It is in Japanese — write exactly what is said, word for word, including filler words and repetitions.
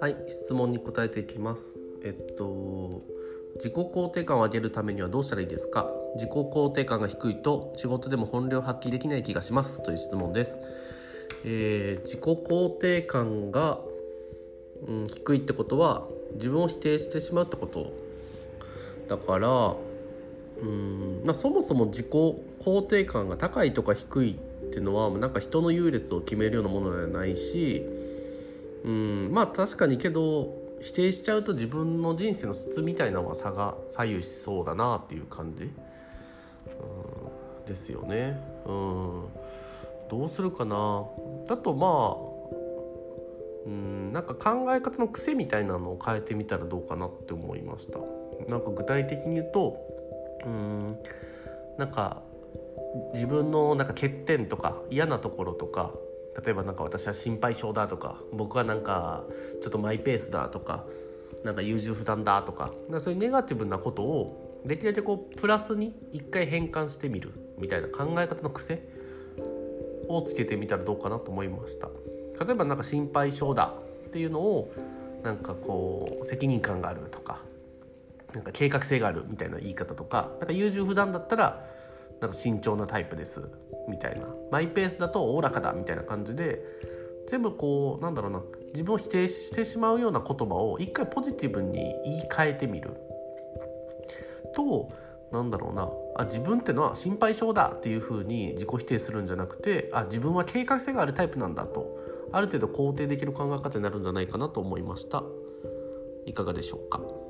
はい、質問に答えていきます。えっと自己肯定感を上げるためにはどうしたらいいですか？自己肯定感が低いと仕事でも本領を発揮できない気がしますという質問です。えー、自己肯定感が、うん、低いってことは自分を否定してしまうってことだから、うん、まあ、そもそも自己肯定感が高いとか低いっていうのはなんか人の優劣を決めるようなものではないし、うん、まあ確かにけど否定しちゃうと自分の人生の質みたいなのは差が左右しそうだなっていう感じ、うん、ですよね。うん、どうするかな。だとまあうんなんか考え方の癖みたいなのを変えてみたらどうかなって思いました。なんか具体的に言うとうんなんか自分のなんか欠点とか嫌なところとか、例えばなんか私は心配性だとか、僕はなんかちょっとマイペースだとか、なんか優柔不断だとか、なんかそういうネガティブなことをできるだけこうプラスに一回変換してみるみたいな考え方の癖をつけてみたらどうかなと思いました。例えばなんか心配性だっていうのをなんかこう責任感があるとか、なんか計画性があるみたいな言い方とか、なんか優柔不断だったらなんか慎重なタイプですみたいな、マイペースだとおおらかだみたいな感じで、全部こうなんだろうな、自分を否定してしまうような言葉を一回ポジティブに言い換えてみると、なんだろうな、あ自分ってのは心配性だっていう風に自己否定するんじゃなくて、あ自分は計画性があるタイプなんだとある程度肯定できる考え方になるんじゃないかなと思いました。いかがでしょうか。